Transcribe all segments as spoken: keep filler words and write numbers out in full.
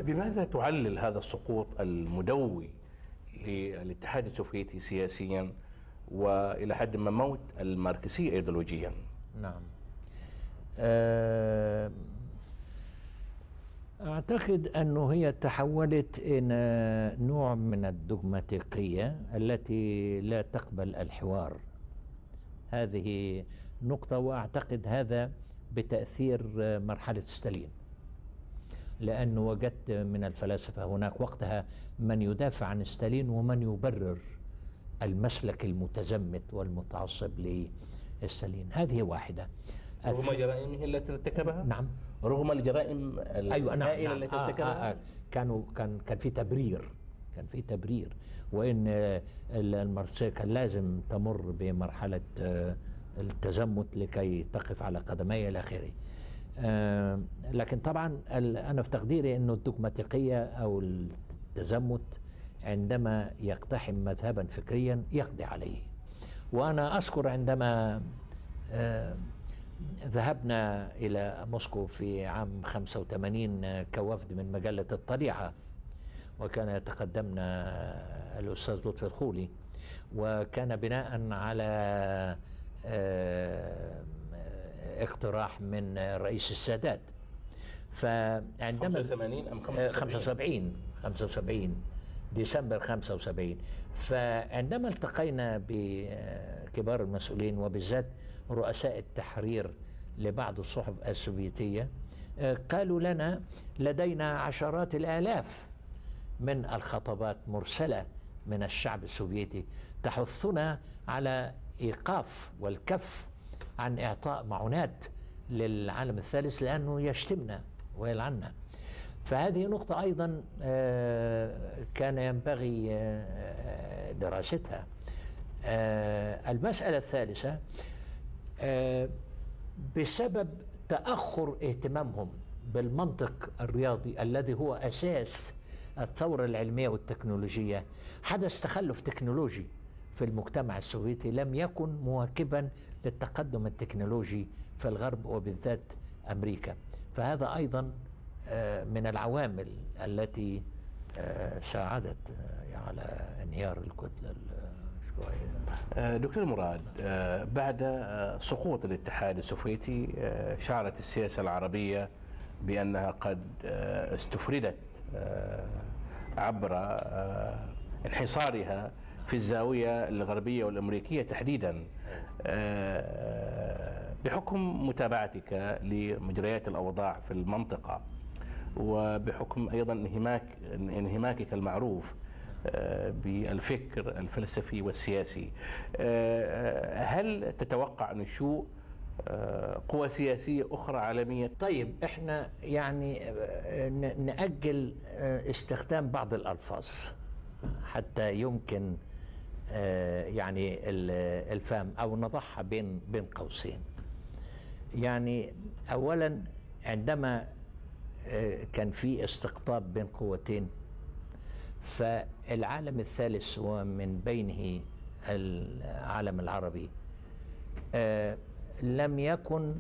بماذا تعلل هذا السقوط المدوي للاتحاد السوفيتي سياسيا وإلى حد ما موت الماركسية إيديولوجيا؟ نعم. أعتقد أنه هي تحولت إلى نوع من الدogmatikية التي لا تقبل الحوار. هذه نقطة، وأعتقد هذا بتأثير مرحلة ستالين، لأنه وجدت من الفلاسفة هناك وقتها من يدافع عن ستالين ومن يبرر المسلك المتزمت والمتعصب لستالين. هذه واحدة. رغم جرائمه التي ارتكبها؟ نعم. رغم الجرائم أيوة الهائلة نعم. التي آه ارتكبها؟ آه آه كانوا كان كان في تبرير كان في تبرير وإن الماركسية كان لازم تمر بمرحلة التزمت لكي تقف على قدميها إلى آخره. آه لكن طبعا أنا في تقديري أنه الدogmatikية أو التزمت عندما يقتحم مذهبا فكريا يقضي عليه. وأنا أذكر عندما آه ذهبنا إلى موسكو في عام خمسة وثمانين كوفد من مجلة الطليعة، وكان يتقدمنا الأستاذ لطفي الخولي، وكان بناء على آه اقتراح من رئيس السادات. فعندما خمسة وثمانين أم خمسة وسبعين خمسة وسبعين ديسمبر خمسة وسبعين، فعندما التقينا بكبار المسؤولين وبالذات رؤساء التحرير لبعض الصحف السوفيتية، قالوا لنا لدينا عشرات الآلاف من الخطابات مرسلة من الشعب السوفيتي تحثنا على إيقاف والكف عن إعطاء معونات للعالم الثالث لأنه يشتمنا ويلعننا. فهذه نقطة أيضا كان ينبغي دراستها. المسألة الثالثة، بسبب تأخر اهتمامهم بالمنطق الرياضي الذي هو أساس الثورة العلمية والتكنولوجية، حدث تخلف تكنولوجي في المجتمع السوفيتي لم يكن مواكبا للتقدم التكنولوجي في الغرب وبالذات أمريكا. فهذا أيضا من العوامل التي ساعدت على انهيار الكتلة شوية. دكتور مراد، بعد سقوط الاتحاد السوفيتي شعرت السياسة العربية بأنها قد استفردت عبر انحصارها في الزاوية الغربية والأمريكية تحديدا، بحكم متابعتك لمجريات الأوضاع في المنطقة وبحكم أيضا انهماك انهماكك المعروف بالفكر الفلسفي والسياسي، هل تتوقع نشوء قوى سياسية أخرى عالمية؟ طيب، احنا يعني نأجل استخدام بعض الألفاظ حتى يمكن يعني الفهم أو نضعها بين بين قوسين. يعني أولا، عندما كان في استقطاب بين قوتين، فالعالم الثالث ومن بينه العالم العربي لم يكن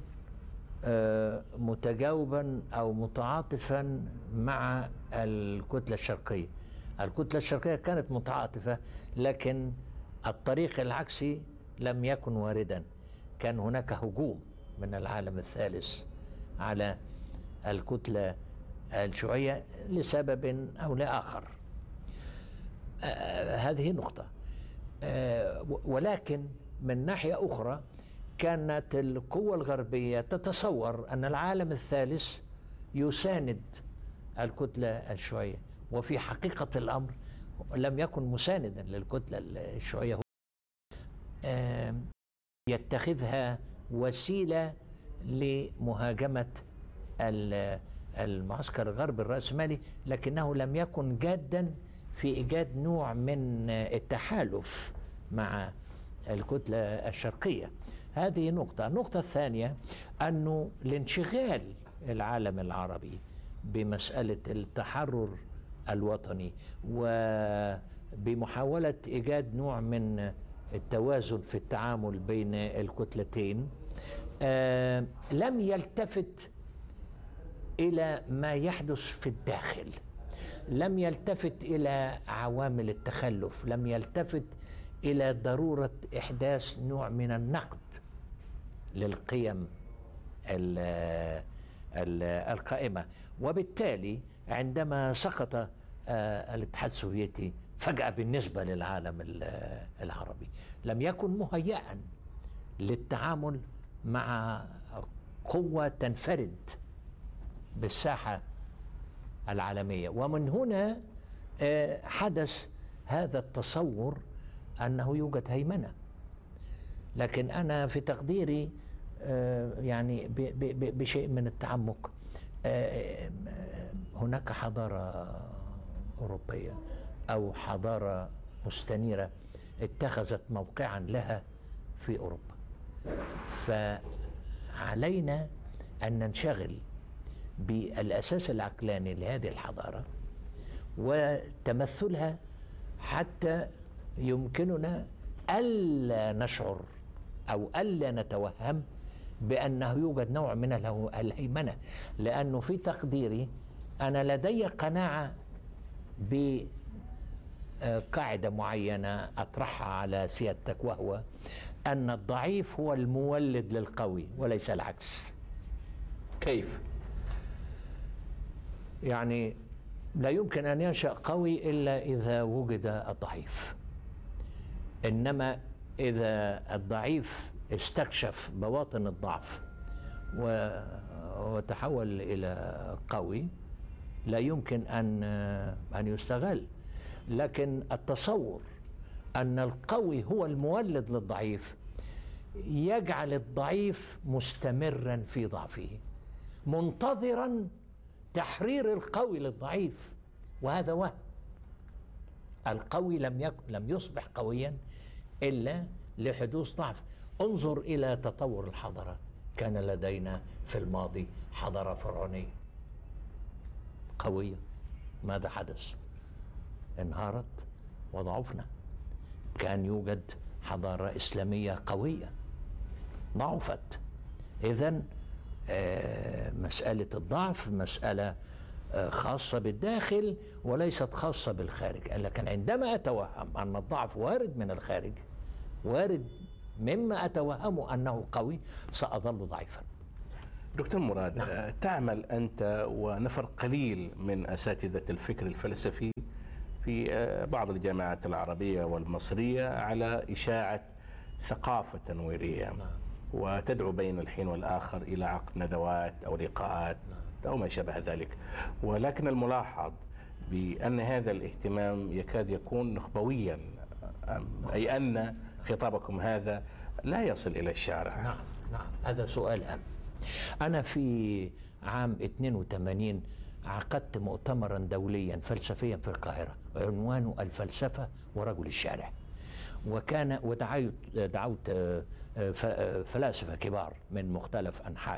متجاوبا أو متعاطفا مع الكتلة الشرقية. الكتلة الشرقية كانت متعاطفة، لكن الطريق العكسي لم يكن واردا. كان هناك هجوم من العالم الثالث على الكتلة الشيوعية لسبب أو لآخر. آه هذه نقطة. آه ولكن من ناحية أخرى كانت القوة الغربية تتصور أن العالم الثالث يساند الكتلة الشيوعية، وفي حقيقة الأمر لم يكن مساندا للكتلة الشيوعية، آه يتخذها وسيلة لمهاجمة المعسكر الغربي الرأسمالي، لكنه لم يكن جادا في إيجاد نوع من التحالف مع الكتلة الشرقية. هذه نقطة. النقطة الثانية أنه لانشغال العالم العربي بمسألة التحرر الوطني وبمحاولة إيجاد نوع من التوازن في التعامل بين الكتلتين، آه لم يلتفت إلى ما يحدث في الداخل لم يلتفت إلى عوامل التخلف، لم يلتفت إلى ضرورة إحداث نوع من النقد للقيم ال ال القائمة. وبالتالي عندما سقط آه الاتحاد السوفيتي فجأة بالنسبة للعالم العربي لم يكن مهيئا للتعامل مع قوة تنفرد بالساحة العالمية. ومن هنا آه حدث هذا التصور أنه يوجد هيمنة. لكن أنا في تقديري آه يعني بشيء من التعمق، آه هناك حضارة أوروبية أو حضارة مستنيرة اتخذت موقعا لها في أوروبا، فعلينا أن ننشغل بالأساس العقلاني لهذه الحضارة وتمثلها حتى يمكننا ألا نشعر أو ألا نتوهم بأنه يوجد نوع من الهيمنة. لأنه في تقديري أنا لدي قناعة بقاعدة معينة أطرحها على سيادتك، وهو أن الضعيف هو المولد للقوي وليس العكس. كيف؟ يعني لا يمكن أن ينشأ قوي إلا إذا وجد الضعيف، إنما إذا الضعيف استكشف بواطن الضعف وتحول إلى قوي لا يمكن أن أن يستغل. لكن التصور أن القوي هو المولد للضعيف يجعل الضعيف مستمرا في ضعفه منتظرا تحرير القوي للضعيف، وهذا وهم. القوي لم يكن لم يصبح قويا إلا لحدوث ضعف. انظر إلى تطور الحضارات. كان لدينا في الماضي حضارة فرعونية قوية، ماذا حدث؟ انهارت وضعفنا. كان يوجد حضارة إسلامية قوية ضعفت. إذن مسألة الضعف مسألة خاصة بالداخل وليست خاصة بالخارج. لكن عندما أتوهم أن الضعف وارد من الخارج، وارد مما أتوهم أنه قوي، سأظل ضعيفا. دكتور مراد، نعم. تعمل أنت ونفر قليل من أساتذة الفكر الفلسفي في بعض الجامعات العربية والمصرية على إشاعة ثقافة تنويرية، نعم. وتدعو بين الحين والآخر إلى عقد ندوات أو لقاءات، نعم. أو ما شابه ذلك. ولكن الملاحظ بأن هذا الاهتمام يكاد يكون نخبويا، أي أن خطابكم هذا لا يصل إلى الشارع. نعم نعم هذا سؤال هام. أنا في عام اثنين وثمانين عقدت مؤتمرا دوليا فلسفيا في القاهرة عنوانه الفلسفة ورجل الشارع، وكان ودعوت دعوت فلاسفة كبار من مختلف أنحاء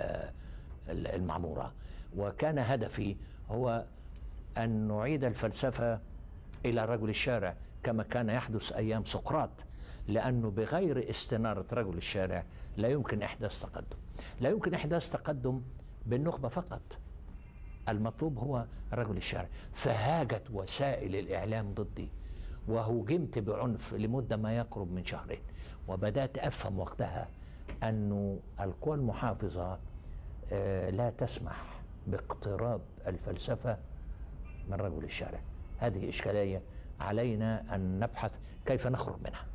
المعمورة، وكان هدفي هو أن نعيد الفلسفة إلى رجل الشارع كما كان يحدث أيام سقراط، لأنه بغير استنارة رجل الشارع لا يمكن إحداث تقدم. لا يمكن إحداث تقدم بالنخبة فقط، المطلوب هو رجل الشارع. فهاجت وسائل الإعلام ضدي وهوجمت بعنف لمدة ما يقرب من شهرين، وبدأت أفهم وقتها أن القوى المحافظة لا تسمح باقتراب الفلسفة من رجل الشارع. هذه إشكالية علينا أن نبحث كيف نخرج منها.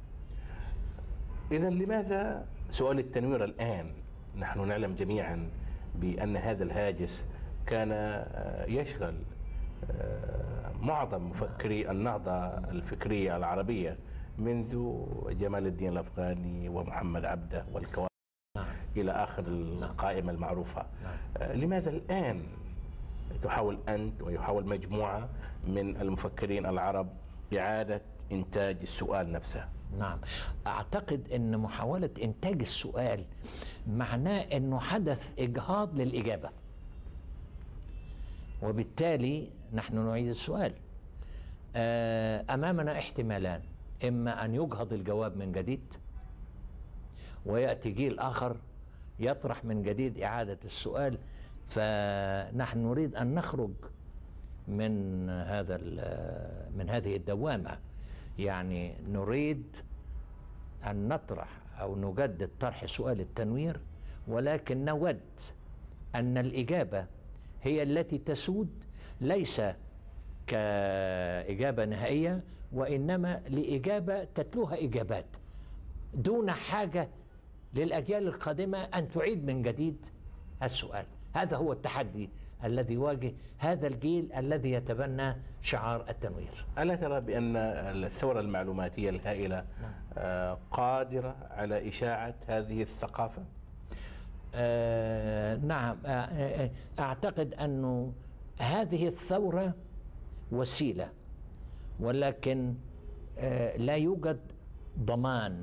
إذن لماذا سؤال التنوير الآن؟ نحن نعلم جميعا بأن هذا الهاجس كان يشغل معظم مفكري النهضة الفكرية العربية منذ جمال الدين الأفغاني ومحمد عبده والكوارث إلى آخر القائمة المعروفة. لماذا الآن تحاول أنت ويحاول مجموعة من المفكرين العرب إعادة إنتاج السؤال نفسه؟ نعم، أعتقد أن محاولة إنتاج السؤال معناه أنه حدث إجهاض للإجابة، وبالتالي نحن نعيد السؤال. أمامنا احتمالان: إما أن يجهض الجواب من جديد ويأتي جيل آخر يطرح من جديد إعادة السؤال. فنحن نريد أن نخرج من هذا من هذه الدوامة. يعني نريد أن نطرح أو نجدد طرح سؤال التنوير، ولكن نود أن الإجابة هي التي تسود، ليس كإجابة نهائية، وإنما لإجابة تتلوها إجابات، دون حاجة للأجيال القادمة أن تعيد من جديد السؤال. هذا هو التحدي الذي يواجه هذا الجيل الذي يتبنى شعار التنوير. ألا ترى بأن الثورة المعلوماتية الهائلة قادرة على إشاعة هذه الثقافة؟ آه نعم، آه أعتقد أن هذه الثورة وسيلة، ولكن آه لا يوجد ضمان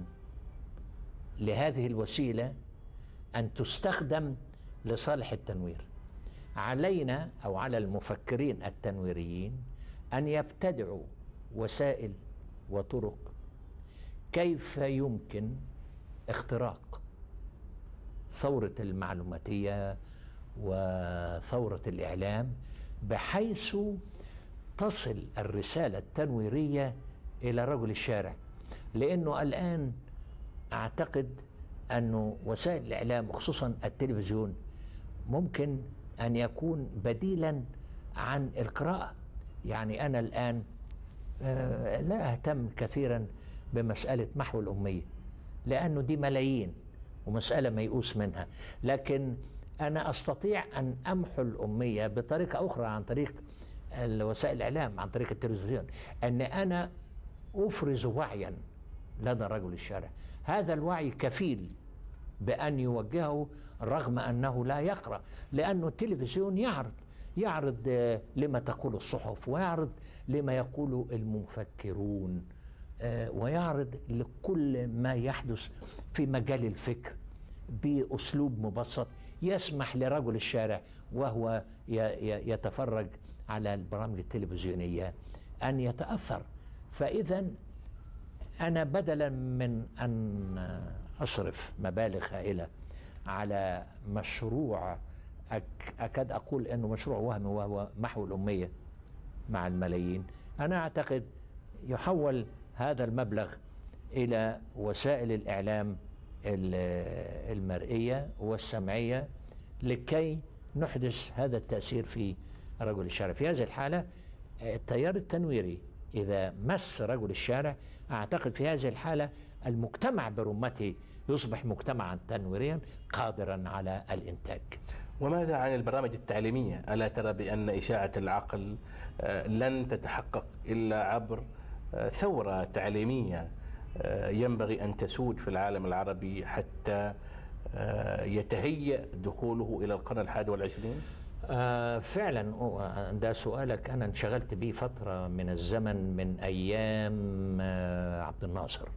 لهذه الوسيلة أن تستخدم لصالح التنوير. علينا أو على المفكرين التنويريين أن يبتدعوا وسائل وطرق كيف يمكن اختراق ثورة المعلوماتية وثورة الإعلام بحيث تصل الرسالة التنويرية إلى رجل الشارع. لأنه الآن أعتقد أن وسائل الإعلام وخصوصا التلفزيون ممكن أن يكون بديلا عن القراءة. يعني أنا الآن لا أهتم كثيرا بمسألة محو الأمية، لأنه دي ملايين ومسألة ميؤوس منها، لكن أنا أستطيع أن أمحو الأمية بطريقة أخرى عن طريق وسائل الإعلام، عن طريق التلفزيون، أن أنا أفرز وعيا لدى رجل الشارع. هذا الوعي كفيل بأن يوجهه رغم أنه لا يقرأ، لأنه التلفزيون يعرض يعرض لما تقول الصحف، ويعرض لما يقول المفكرون، ويعرض لكل ما يحدث في مجال الفكر بأسلوب مبسط يسمح لرجل الشارع وهو يتفرج على البرامج التلفزيونية أن يتأثر. فإذا أنا بدلا من أن أصرف مبالغ هائلة على مشروع أكاد أقول أنه مشروع وهمي وهو محو الأمية مع الملايين، أنا أعتقد يحول هذا المبلغ إلى وسائل الإعلام المرئية والسمعية لكي نحدث هذا التأثير في رجل الشارع. في هذه الحالة التيار التنويري إذا مس رجل الشارع، أعتقد في هذه الحالة المجتمع برمته يصبح مجتمعا تنويريا قادرا على الإنتاج. وماذا عن البرامج التعليمية؟ ألا ترى بأن إشاعة العقل لن تتحقق إلا عبر ثورة تعليمية ينبغي أن تسود في العالم العربي حتى يتهيأ دخوله إلى القرن الحادي والعشرين؟ آه فعلا ده سؤالك أنا انشغلت به فترة من الزمن من أيام آه عبد الناصر،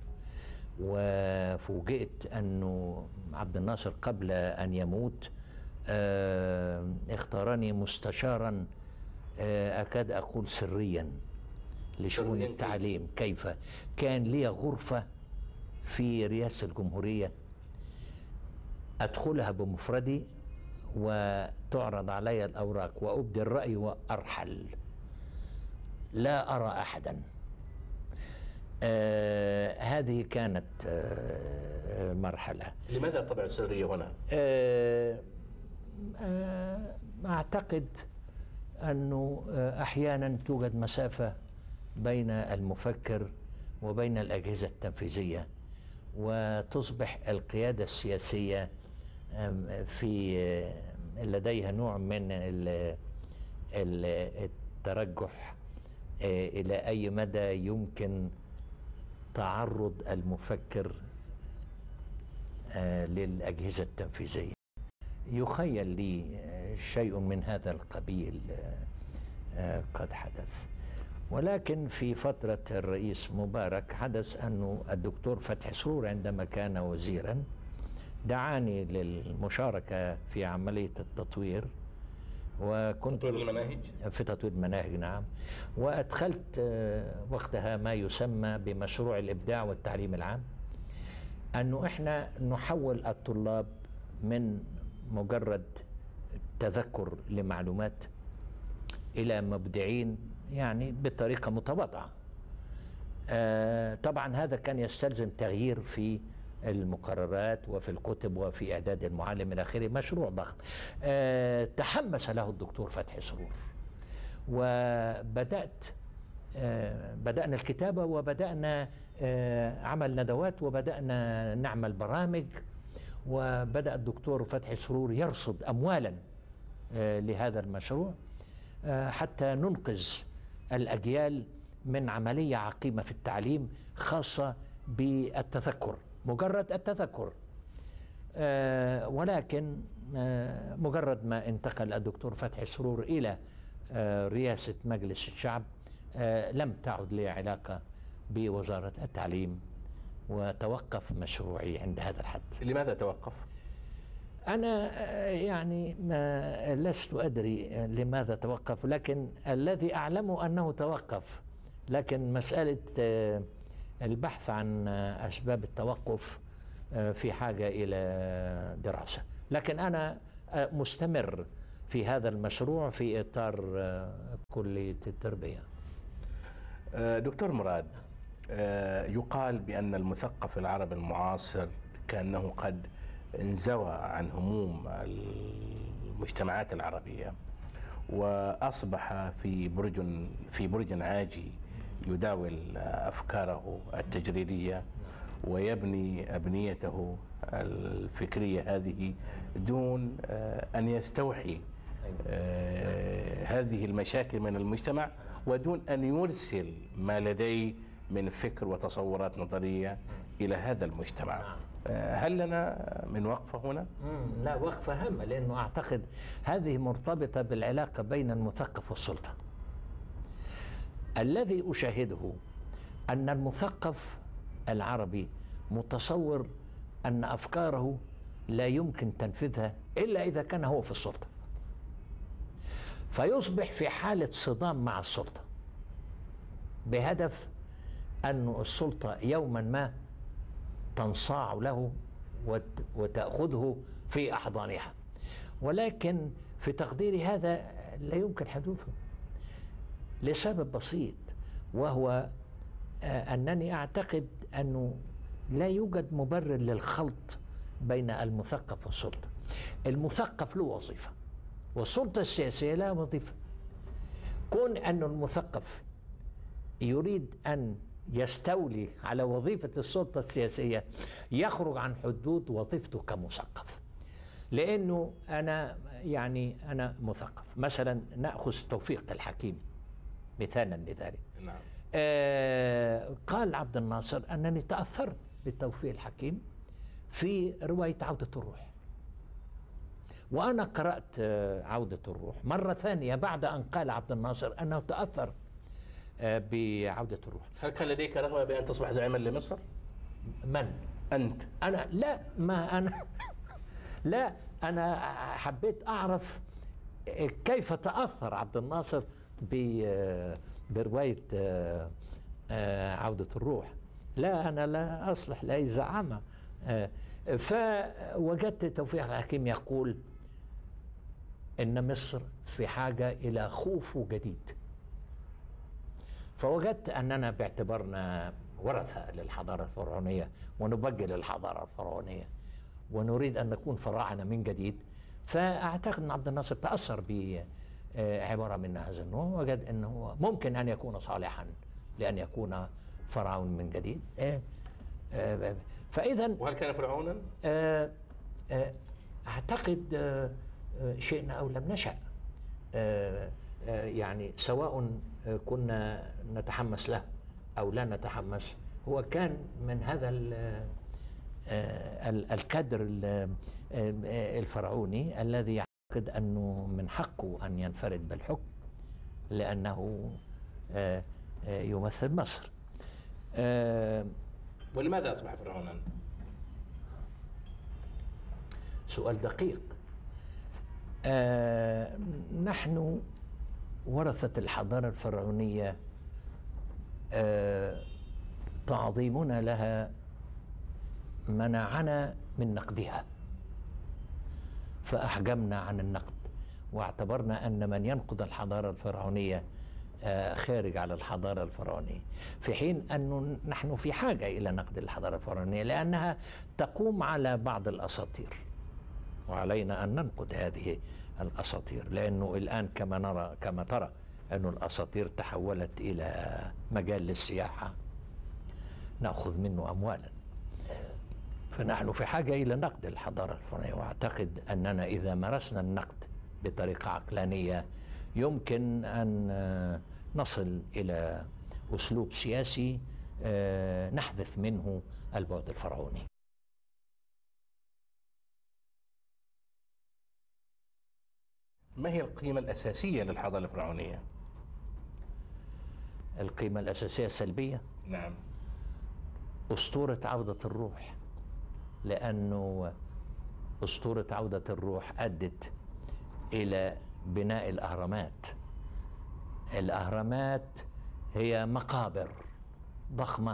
وفوجئت أنه عبد الناصر قبل أن يموت آه اختارني مستشارا آه أكاد أقول سريا لشؤون التعليم. كيف كان لي غرفة في رئاسة الجمهورية أدخلها بمفردي وتعرض علي الأوراق وأبدي الرأي وأرحل، لا أرى أحدا. آه هذه كانت آه مرحلة. لماذا طبع السرية هنا؟ آه آه أعتقد أنه أحيانا توجد مسافة بين المفكر وبين الأجهزة التنفيذية، وتصبح القيادة السياسية في لديها نوع من الترجح إلى أي مدى يمكن تعرض المفكر للأجهزة التنفيذية. يخيل لي شيء من هذا القبيل قد حدث. ولكن في فترة الرئيس مبارك حدث أنه الدكتور فتحي سرور عندما كان وزيرا دعاني للمشاركة في عملية التطوير، وكنت تطوير المناهج في تطوير المناهج. نعم. وأدخلت وقتها ما يسمى بمشروع الإبداع والتعليم العام، أنه إحنا نحول الطلاب من مجرد تذكر لمعلومات إلى مبدعين يعني بطريقة متواضعة. آه طبعا هذا كان يستلزم تغيير في المقررات وفي الكتب وفي إعداد المعلم إلى آخره، مشروع ضخم. آه تحمس له الدكتور فتحي سرور، وبدأت آه بدأنا الكتابة، وبدأنا آه عمل ندوات، وبدأنا نعمل برامج، وبدأ الدكتور فتحي سرور يرصد أموالا آه لهذا المشروع آه حتى ننقذ الأجيال من عملية عقيمة في التعليم، خاصة بالتذكر، مجرد التذكر. آه ولكن آه مجرد ما انتقل الدكتور فتحي سرور إلى آه رئاسة مجلس الشعب آه لم تعد لي علاقة بوزارة التعليم، وتوقف مشروعي عند هذا الحد. لماذا توقف؟ أنا يعني ما لست أدري لماذا توقف، لكن الذي أعلمه أنه توقف، لكن مسألة البحث عن أسباب التوقف في حاجة إلى دراسة. لكن أنا مستمر في هذا المشروع في إطار كلية التربية. دكتور مراد، يقال بأن المثقف العربي المعاصر كأنه قد انزوى عن هموم المجتمعات العربية، وأصبح في برج في برج عاجي يداول أفكاره التجريدية ويبني أبنيته الفكرية هذه دون أن يستوحي هذه المشاكل من المجتمع، ودون أن يرسل ما لديه من فكر وتصورات نظرية إلى هذا المجتمع. هل لنا من وقفة هنا؟ لا، وقفة هامة، لأنه أعتقد هذه مرتبطة بالعلاقة بين المثقف والسلطة. الذي أشاهده أن المثقف العربي متصور أن أفكاره لا يمكن تنفيذها إلا إذا كان هو في السلطة، فيصبح في حالة صدام مع السلطة بهدف أن السلطة يوما ما تنصاع له وتأخذه في أحضانها. ولكن في تقديري هذا لا يمكن حدوثه لسبب بسيط، وهو أنني أعتقد أنه لا يوجد مبرر للخلط بين المثقف والسلطة. المثقف له وظيفة والسلطة السياسية لها وظيفة. كون أن المثقف يريد أن يستولي على وظيفة السلطة السياسية يخرج عن حدود وظيفته كمثقف، لأنه أنا يعني أنا مثقف. مثلا نأخذ توفيق الحكيم مثالا لذلك. نعم. آه قال عبد الناصر أنني تأثرت بتوفيق الحكيم في رواية عودة الروح، وأنا قرأت آه عودة الروح مرة ثانية بعد أن قال عبد الناصر أنه تأثر آه بعودة الروح. هل كان لديك رغبة بأن تصبح زعيما لمصر؟ من؟ أنت؟ أنا لا، ما أنا لا، أنا حبيت أعرف كيف تأثر عبد الناصر برواية عودة الروح. لا، أنا لا أصلح لأي زعامة. فوجدت توفيق الحكيم يقول إن مصر في حاجة إلى خوفو جديد، فوجدت أننا باعتبارنا ورثة للحضارة الفرعونية ونبجل الحضارة الفرعونية ونريد أن نكون فراعنة من جديد، فأعتقد أن عبد الناصر تأثر بعبارة من هذا النوع، وجد أنه ممكن أن يكون صالحا لأن يكون فرعون من جديد. فإذا وهل كان فرعونا؟ أعتقد شئنا أو لم نشأ، يعني سواء كنا نتحمس له أو لا نتحمس، هو كان من هذا الكادر الفرعوني الذي يعتقد أنه من حقه أن ينفرد بالحكم لأنه يمثل مصر. ولماذا أصبح فرعونا؟ سؤال دقيق. نحن ورثة الحضارة الفرعونية، تعظيمنا لها منعنا من نقدها فأحجمنا عن النقد، واعتبرنا أن من ينقض الحضارة الفرعونية خارج على الحضارة الفرعونية، في حين أنه نحن في حاجة إلى نقد الحضارة الفرعونية لأنها تقوم على بعض الأساطير، وعلينا أن ننقد هذه الأساطير، لأنه الآن كما نرى كما ترى أن الأساطير تحولت إلى مجال للسياحة نأخذ منه أموالا. فنحن في حاجة إلى نقد الحضارة الفرعونية، وأعتقد أننا إذا مارسنا النقد بطريقة عقلانية يمكن أن نصل إلى أسلوب سياسي نحذف منه البعد الفرعوني. ما هي القيمة الأساسية للحضارة الفرعونية؟ القيمة الأساسية السلبية؟ نعم. أسطورة عودة الروح، لأنه أسطورة عودة الروح أدت إلى بناء الأهرامات. الأهرامات هي مقابر ضخمة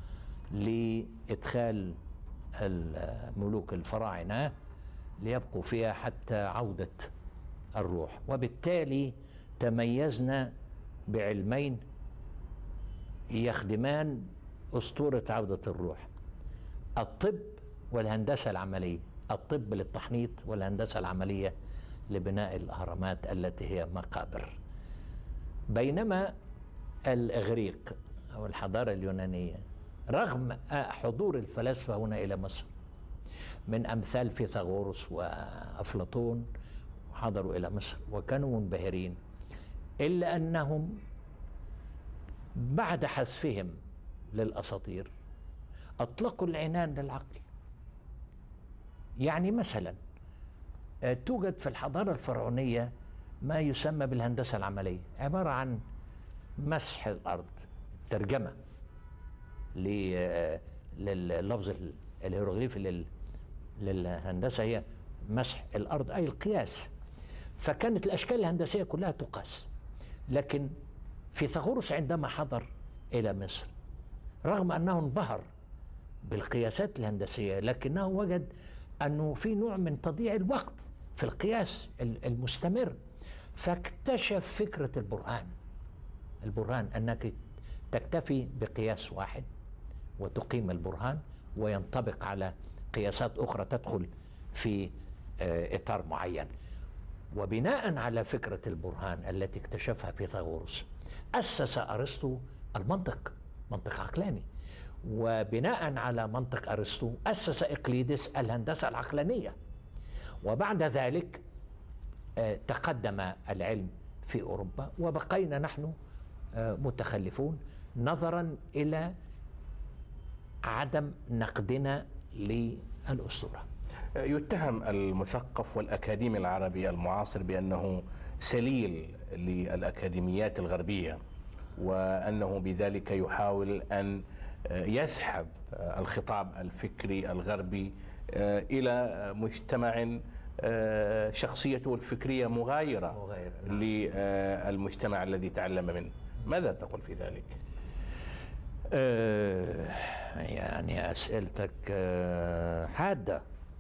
لإدخال الملوك الفراعنة ليبقوا فيها حتى عودة الروح، وبالتالي تميزنا بعلمين يخدمان أسطورة عودة الروح: الطب والهندسة العملية. الطب للتحنيط والهندسة العملية لبناء الأهرامات التي هي مقابر. بينما الإغريق أو الحضارة اليونانية رغم حضور الفلاسفة هنا إلى مصر من أمثال فيثاغورس وأفلاطون حضروا إلى مصر وكانوا منبهرين، إلا أنهم بعد حذفهم للأساطير أطلقوا العنان للعقل. يعني مثلا توجد في الحضارة الفرعونية ما يسمى بالهندسة العملية، عبارة عن مسح الأرض. الترجمة لللفظ الهيروغليفي للهندسة هي مسح الأرض أي القياس. فكانت الأشكال الهندسية كلها تقاس. لكن فيثاغورس عندما حضر إلى مصر رغم أنه انبهر بالقياسات الهندسية لكنه وجد أنه في نوع من تضييع الوقت في القياس المستمر، فاكتشف فكرة البرهان. البرهان أنك تكتفي بقياس واحد وتقيم البرهان وينطبق على قياسات أخرى تدخل في إطار معين. وبناء على فكرة البرهان التي اكتشفها فيثاغورس أسس أرسطو المنطق، منطق عقلاني. وبناء على منطق أرسطو أسس إقليدس الهندسة العقلانية. وبعد ذلك تقدم العلم في أوروبا وبقينا نحن متخلفون نظرا إلى عدم نقدنا للأسطورة. يتهم المثقف والأكاديمي العربي المعاصر بأنه سليل للأكاديميات الغربية، وأنه بذلك يحاول أن يسحب الخطاب الفكري الغربي إلى مجتمع شخصيته الفكرية مغايرة, مغايرة نعم. للمجتمع الذي تعلم منه. ماذا تقول في ذلك؟ أه يعني أسئلتك حادة.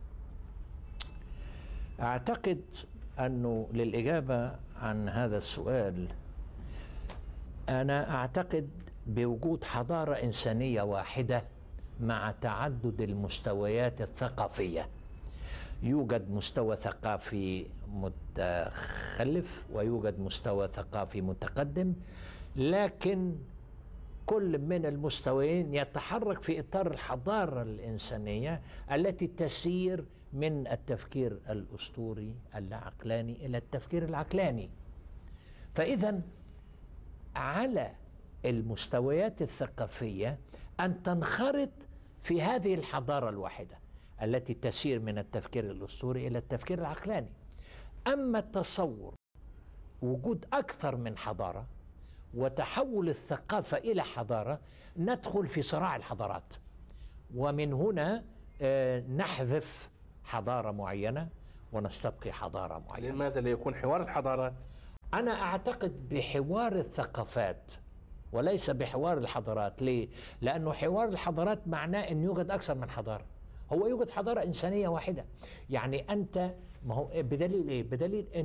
أعتقد أنه للإجابة عن هذا السؤال أنا أعتقد بوجود حضارة إنسانية واحدة مع تعدد المستويات الثقافية. يوجد مستوى ثقافي متخلف ويوجد مستوى ثقافي متقدم، لكن كل من المستويين يتحرك في إطار الحضارة الإنسانية التي تسير من التفكير الأسطوري اللاعقلاني إلى التفكير العقلاني. فإذا على المستويات الثقافية أن تنخرط في هذه الحضارة الواحدة التي تسير من التفكير الأسطوري إلى التفكير العقلاني. أما التصور وجود أكثر من حضارة وتحول الثقافة إلى حضارة ندخل في صراع الحضارات، ومن هنا نحذف حضارة معينة ونستبقي حضارة معينة. لماذا لا يكون حوار الحضارات؟ أنا أعتقد بحوار الثقافات وليس بحوار الحضارات. ليه؟ لأنه حوار الحضارات معناه أن يوجد أكثر من حضارة. هو يوجد حضارة إنسانية واحدة. يعني أنت ما هو بدليل إيه؟ بدليل أنه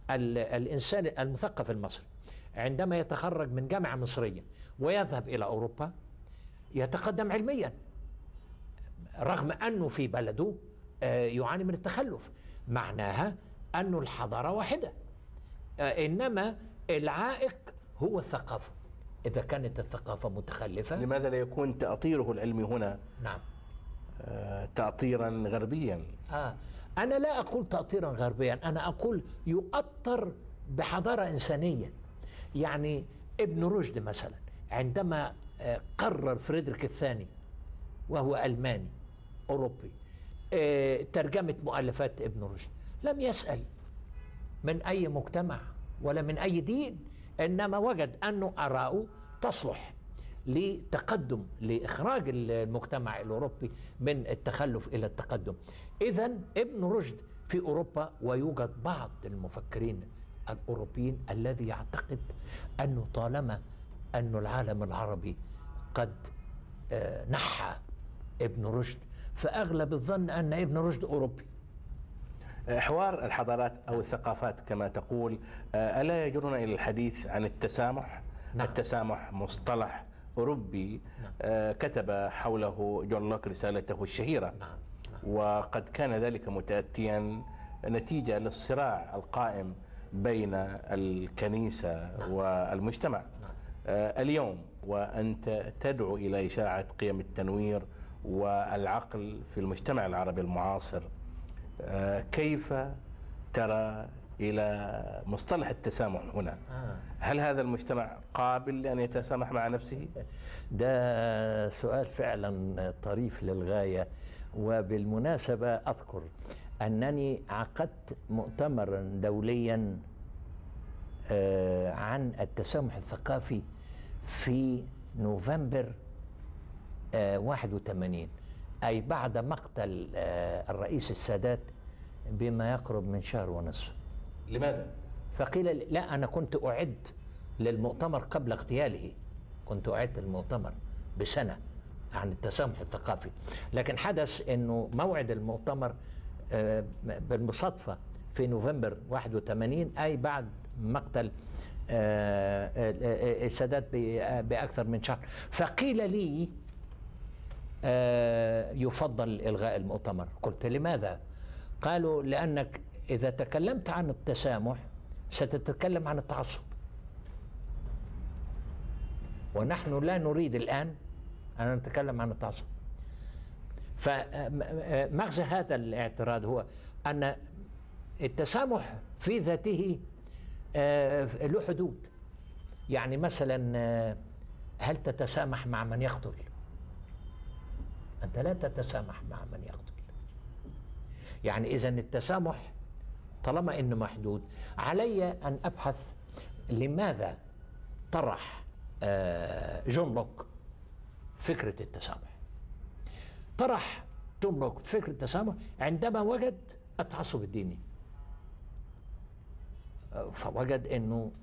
الإنسان المثقف المصري عندما يتخرج من جامعة مصرية ويذهب إلى أوروبا يتقدم علميا، رغم أنه في بلده يعاني من التخلف. معناها أن الحضارة واحدة، إنما العائق هو الثقافة. إذا كانت الثقافة متخلفة، لماذا لا يكون تأطيره العلمي هنا نعم آه تأطيرا غربيا؟ آه أنا لا أقول تأطيرا غربيا، أنا أقول يؤطر بحضارة إنسانية. يعني ابن رشد مثلا عندما آه قرر فريدريك الثاني وهو ألماني أوروبي آه ترجمة مؤلفات ابن رشد، لم يسأل من أي مجتمع ولا من أي دين، إنما وجد أنه آراءه تصلح لتقدم، لإخراج المجتمع الأوروبي من التخلف إلى التقدم. إذن ابن رشد في أوروبا، ويوجد بعض المفكرين الأوروبيين الذي يعتقد أنه طالما أن العالم العربي قد نحى ابن رشد فأغلب الظن أن ابن رشد أوروبي. حوار الحضارات أو الثقافات كما تقول ألا يجرنا إلى الحديث عن التسامح؟ نعم. التسامح مصطلح أوروبي. نعم. كتب حوله جون لوك رسالته الشهيرة. نعم. نعم. وقد كان ذلك متأتيا نتيجة للصراع القائم بين الكنيسة نعم. والمجتمع. نعم. اليوم وأنت تدعو إلى إشاعة قيم التنوير والعقل في المجتمع العربي المعاصر، كيف ترى إلى مصطلح التسامح هنا؟ آه. هل هذا المجتمع قابل لأن يتسامح مع نفسه؟ ده سؤال فعلا طريف للغاية. وبالمناسبة أذكر أنني عقدت مؤتمرا دوليا عن التسامح الثقافي في نوفمبر واحد وثمانين، أي بعد مقتل الرئيس السادات بما يقرب من شهر ونصف. لماذا؟ فقيل لا، أنا كنت أعد للمؤتمر قبل اغتياله، كنت أعد المؤتمر بسنة عن التسامح الثقافي، لكن حدث أنه موعد المؤتمر بالمصادفة في نوفمبر واحد وثمانين، أي بعد مقتل السادات بأكثر من شهر. فقيل لي يفضل إلغاء المؤتمر. قلت لماذا؟ قالوا لأنك إذا تكلمت عن التسامح ستتكلم عن التعصب، ونحن لا نريد الآن أن نتكلم عن التعصب. فمغزى هذا الاعتراض هو أن التسامح في ذاته له حدود. يعني مثلا هل تتسامح مع من يقتل؟ أنت لا تتسامح مع من يقتل. يعني إذن التسامح طالما إنه محدود، علي أن أبحث لماذا طرح جون لوك فكرة التسامح. طرح جون لوك فكرة التسامح عندما وجد التعصب الديني، فوجد أنه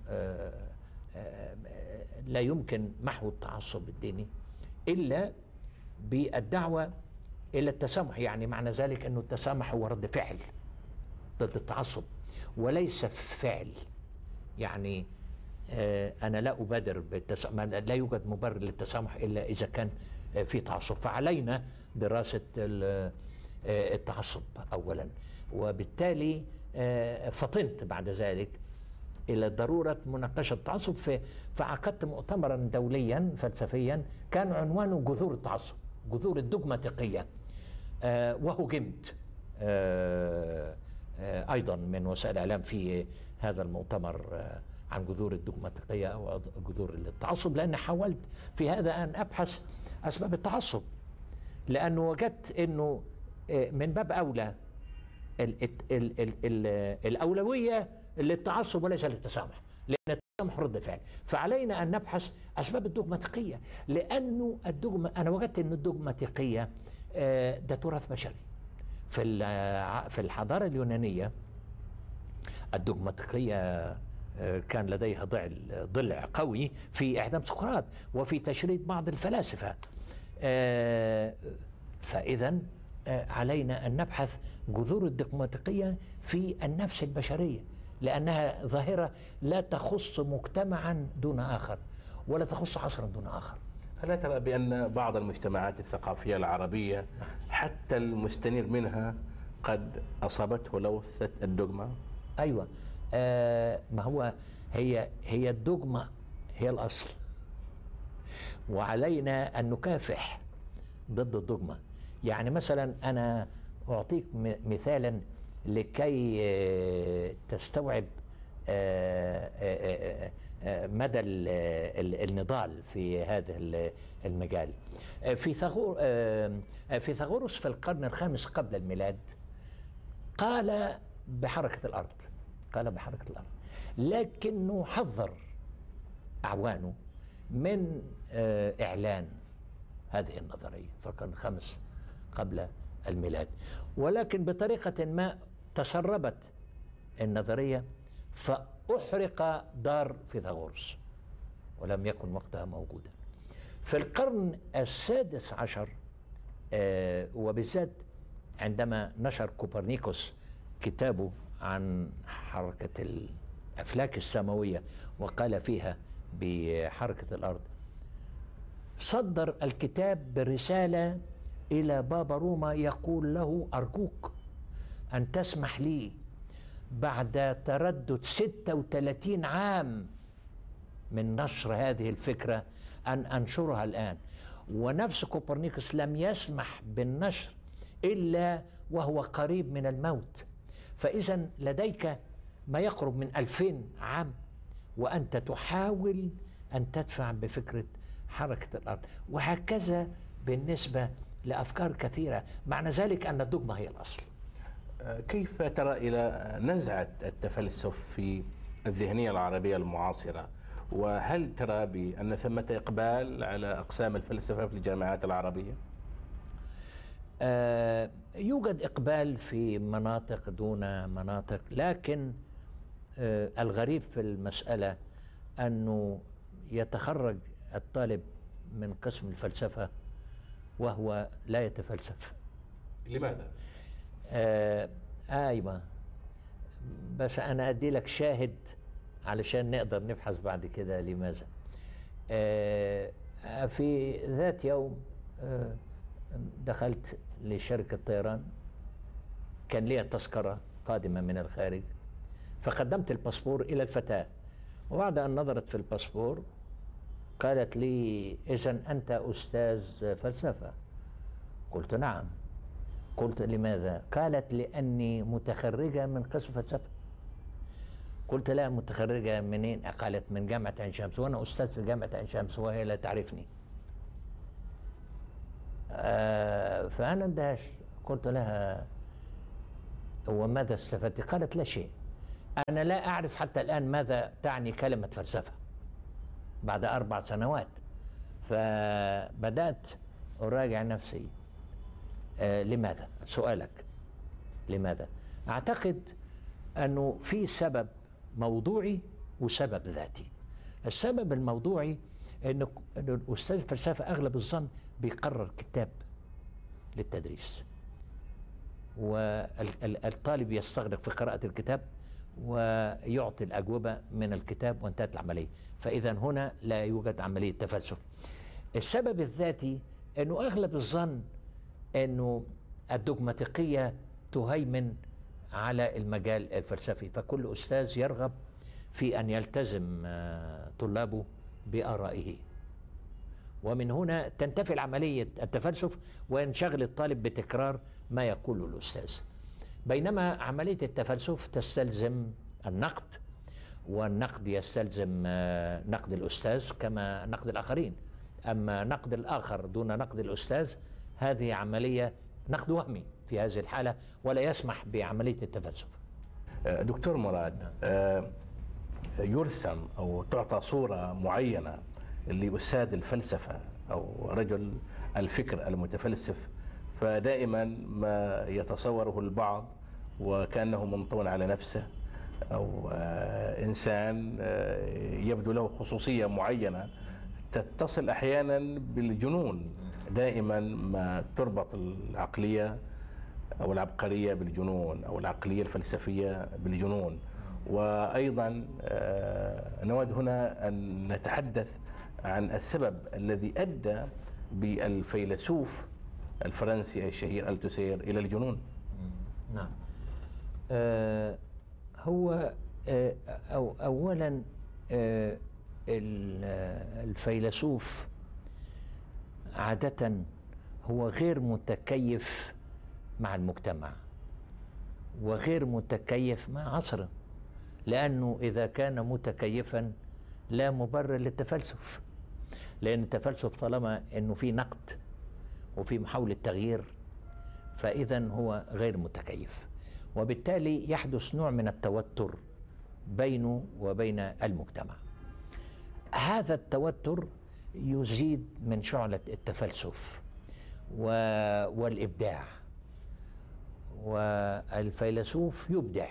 لا يمكن محو التعصب الديني إلا بالدعوة إلى التسامح. يعني معنى ذلك أنه التسامح هو رد فعل ضد التعصب وليس فعل. يعني أنا لا أبادر بالتسامح، لا يوجد مبرر للتسامح إلا إذا كان في تعصب، فعلينا دراسة التعصب أولا. وبالتالي فطنت بعد ذلك إلى ضرورة مناقشة التعصب، فعقدت مؤتمرا دوليا فلسفيا كان عنوانه جذور التعصب، جذور الدogmatikية، وهجمت أيضا من وسائل الإعلام في هذا المؤتمر عن جذور الدogmatikية أو جذور التعصب، لأن حاولت في هذا أن أبحث أسباب التعصب، لأنه وجدت أنه من باب أولى ال ال ال ال ال الأولوية للتعصب وليس للتسامح، لأن التسامح رد فعل. فعلينا أن نبحث أسباب الدogmatikية، لأنه الدogma أنا وجدت أن الدogmatikية ده تراث بشري. في في الحضارة اليونانية الدogmatikية كان لديها ضلع ضلع قوي في إعدام سقراط وفي تشريد بعض الفلاسفة. فإذا علينا أن نبحث جذور الدogmatikية في النفس البشرية، لأنها ظاهرة لا تخص مجتمعا دون آخر ولا تخص عصرا دون آخر. ألا ترى بأن بعض المجتمعات الثقافية العربية حتى المستنير منها قد أصابته لوثة الدogma؟ أيوة، آه ما هو هي هي الدogma هي الأصل، وعلينا أن نكافح ضد الدogma. يعني مثلا أنا أعطيك مثالا لكي تستوعب مدى النضال في هذا المجال. في فيثاغورس في القرن الخامس قبل الميلاد قال بحركة الأرض، قال بحركة الأرض، لكنه حذر أعوانه من إعلان هذه النظرية في القرن الخامس قبل الميلاد، ولكن بطريقة ما تسربت النظرية فأحرق دار فيثاغورس ولم يكن وقتها موجودا. في القرن السادس عشر آه وبالذات عندما نشر كوبرنيكوس كتابه عن حركة الأفلاك السماوية وقال فيها بحركة الأرض، صدر الكتاب برسالة إلى بابا روما يقول له: أرجوك أن تسمح لي بعد تردد ستة وثلاثين عام من نشر هذه الفكرة أن أنشرها الآن. ونفس كوبرنيكوس لم يسمح بالنشر إلا وهو قريب من الموت. فإذا لديك ما يقرب من ألفين عام وأنت تحاول أن تدفع بفكرة حركة الأرض، وهكذا بالنسبة لأفكار كثيرة. معنى ذلك أن الدogma هي الأصل. كيف ترى إلى نزعة التفلسف في الذهنية العربية المعاصرة؟ وهل ترى بأن ثمة إقبال على أقسام الفلسفة في الجامعات العربية؟ آه يوجد إقبال في مناطق دون مناطق، لكن آه الغريب في المسألة أنه يتخرج الطالب من قسم الفلسفة وهو لا يتفلسف. لماذا؟ آه أيوة، بس أنا أدي لك شاهد علشان نقدر نبحث بعد كده لماذا. آه في ذات يوم آه دخلت لشركة طيران، كان لي تذكرة قادمة من الخارج، فقدمت الباسبور إلى الفتاة، وبعد أن نظرت في الباسبور قالت لي: إذن أنت أستاذ فلسفة؟ قلت: نعم. قلت: لماذا؟ قالت: لأني متخرجة من قسم فلسفة. قلت: لا، متخرجة منين؟ قالت: من جامعة عين شمس، وأنا أستاذ في جامعة عين شمس وهي لا تعرفني. آه فأنا اندهشت، قلت لها: وماذا استفدت؟ قالت: لا شيء، أنا لا أعرف حتى الآن ماذا تعني كلمة فلسفة بعد أربع سنوات. فبدأت أراجع نفسي. آه لماذا؟ سؤالك لماذا؟ أعتقد أنه في سبب موضوعي وسبب ذاتي. السبب الموضوعي أن الأستاذ الفلسفة أغلب الظن بيقرر كتاب للتدريس، والطالب يستغرق في قراءة الكتاب ويعطي الأجوبة من الكتاب وانتهت العملية. فإذا هنا لا يوجد عملية تفلسف. السبب الذاتي أنه أغلب الظن أنه الدوغماتيقية تهيمن على المجال الفلسفي، فكل أستاذ يرغب في أن يلتزم طلابه بآرائه، ومن هنا تنتفي العملية التفلسف وينشغل الطالب بتكرار ما يقوله الأستاذ. بينما عملية التفلسف تستلزم النقد، والنقد يستلزم نقد الأستاذ كما نقد الآخرين. أما نقد الآخر دون نقد الأستاذ هذه عملية نقد وهمي في هذه الحالة ولا يسمح بعملية التفلسف. دكتور مراد، يرسم أو تعطى صورة معينة لأستاذ الفلسفة أو رجل الفكر المتفلسف، فدائما ما يتصوره البعض وكأنه منطوي على نفسه، أو إنسان يبدو له خصوصية معينة تتصل أحيانا بالجنون. دائما ما تربط العقلية أو العبقرية بالجنون أو العقلية الفلسفية بالجنون، وأيضا نود هنا أن نتحدث عن السبب الذي أدى بالفيلسوف الفرنسي الشهير ألتوسير إلى الجنون. نعم. آه هو آه أو أولا آه الفيلسوف عادة هو غير متكيف مع المجتمع وغير متكيف مع عصره، لأنه إذا كان متكيفا لا مبرر للتفلسف، لأن التفلسف طالما أنه في نقد وفي محاولة تغيير فإذا هو غير متكيف، وبالتالي يحدث نوع من التوتر بينه وبين المجتمع. هذا التوتر يزيد من شعلة التفلسف والإبداع، والفيلسوف يبدع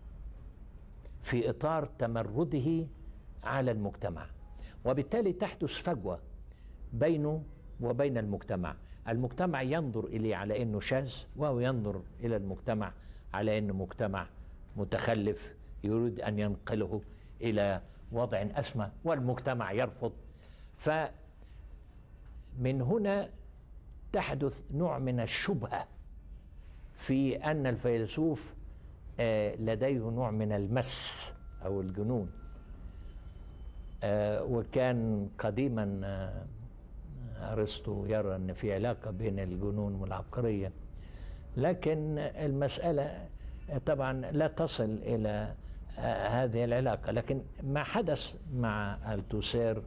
في إطار تمرده على المجتمع، وبالتالي تحدث فجوة بينه وبين المجتمع. المجتمع ينظر إليه على أنه شاذ، وهو ينظر إلى المجتمع على أنه مجتمع متخلف يريد أن ينقله إلى وضع أسمى، والمجتمع يرفض. فمن هنا تحدث نوع من الشبهة في أن الفيلسوف لديه نوع من المس أو الجنون. وكان قديما أرسطو يرى أن في علاقة بين الجنون والعبقرية، لكن المسألة طبعا لا تصل إلى هذه العلاقة. لكن ما حدث مع ألتوسير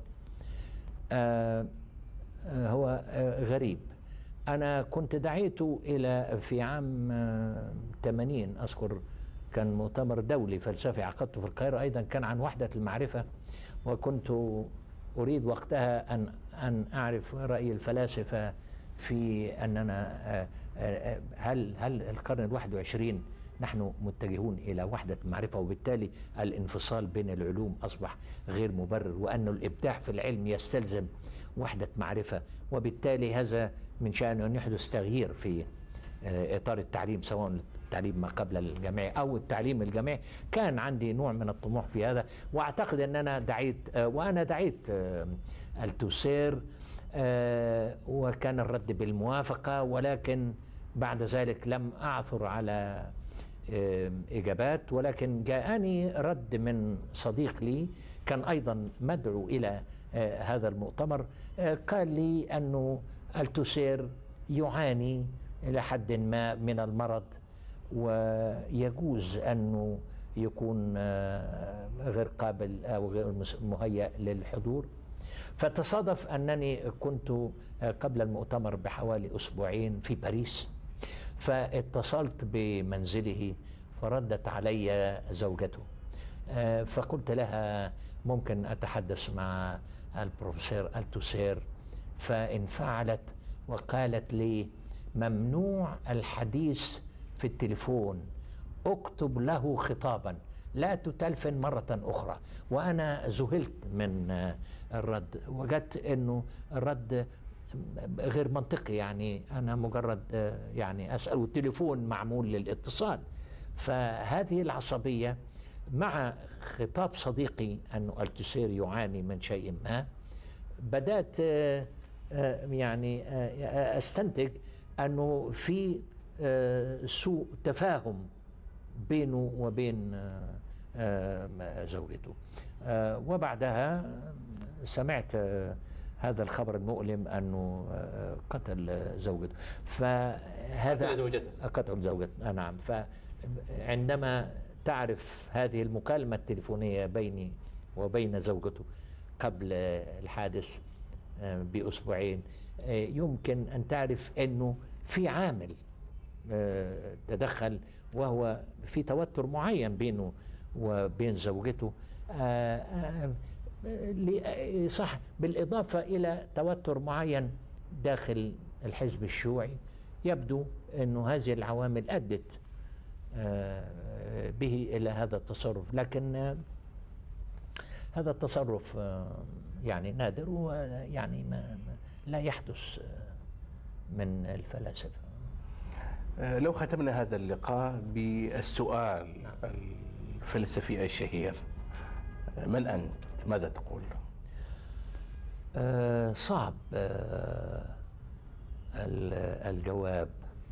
هو غريب. أنا كنت دعيته إلى في عام ثمانين أذكر، كان مؤتمر دولي فلسفي عقدته في القاهرة، أيضا كان عن وحدة المعرفة، وكنت أريد وقتها أن أن أعرف رأي الفلاسفة في أننا هل هل القرن الواحد والعشرين نحن متجهون إلى وحدة المعرفة، وبالتالي الانفصال بين العلوم أصبح غير مبرر، وأن الإبداع في العلم يستلزم وحدة معرفة، وبالتالي هذا من شأنه أن يحدث تغيير في إطار التعليم، سواء التعليم ما قبل الجامعي أو التعليم الجامعي. كان عندي نوع من الطموح في هذا، وأعتقد أن أنا دعيت وأنا دعيت ألتوسير، وكان الرد بالموافقة، ولكن بعد ذلك لم أعثر على إجابات. ولكن جاءني رد من صديق لي كان أيضا مدعو إلى هذا المؤتمر، قال لي أنه ألتوسير يعاني إلى حد ما من المرض، ويجوز أنه يكون غير قابل أو غير مهيأ للحضور. فتصادف أنني كنت قبل المؤتمر بحوالي أسبوعين في باريس، فاتصلت بمنزله فردت علي زوجته، فقلت لها ممكن أتحدث مع البروفيسور ألتوسير، فانفعلت وقالت لي ممنوع الحديث في التليفون، اكتب له خطابا لا تتلفن مرة أخرى. وأنا ذهلت من الرد، وجدت أنه الرد غير منطقي، يعني أنا مجرد يعني أسأل والتليفون معمول للاتصال. فهذه العصبية مع خطاب صديقي أنه ألتوسير يعاني من شيء ما، بدأت يعني أستنتج أنه في سوء تفاهم بينه وبين زوجته. وبعدها سمعت هذا الخبر المؤلم أنه قتل زوجته. فهذا قتل زوجته قتل زوجته نعم. فعندما تعرف هذه المكالمة التليفونية بيني وبين زوجته قبل الحادث بأسبوعين، يمكن أن تعرف أنه في عامل تدخل، وهو في توتر معين بينه وبين زوجته، صح، بالإضافة إلى توتر معين داخل الحزب الشيوعي. يبدو أنه هذه العوامل أدت به إلى هذا التصرف، لكن هذا التصرف يعني نادر، ويعني ما لا يحدث من الفلاسفة. لو ختمنا هذا اللقاء بالسؤال الفلسفي الشهير. من أنت؟ ماذا تقول؟ آه صعب آه الجواب.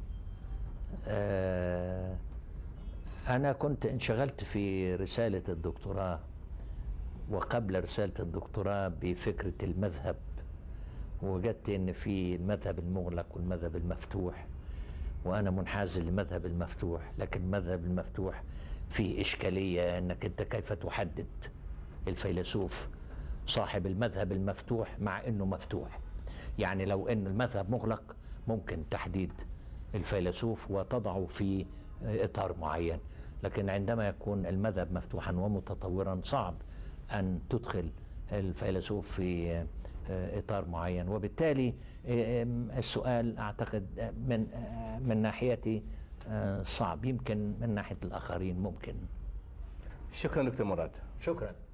آه أنا كنت انشغلت في رسالة الدكتوراه، وقبل رسالة الدكتوراه بفكرة المذهب، ووجدت إن في المذهب المغلق والمذهب المفتوح، وأنا منحاز للمذهب المفتوح. لكن المذهب المفتوح فيه إشكالية، أنك أنت كيف تحدد الفيلسوف صاحب المذهب المفتوح مع أنه مفتوح. يعني لو أن المذهب مغلق ممكن تحديد الفيلسوف وتضعه في إطار معين، لكن عندما يكون المذهب مفتوحا ومتطورا صعب أن تدخل الفيلسوف في إطار معين. وبالتالي السؤال أعتقد من من ناحيتي صعب، يمكن من ناحية الآخرين ممكن. شكرا دكتور مراد. شكرا.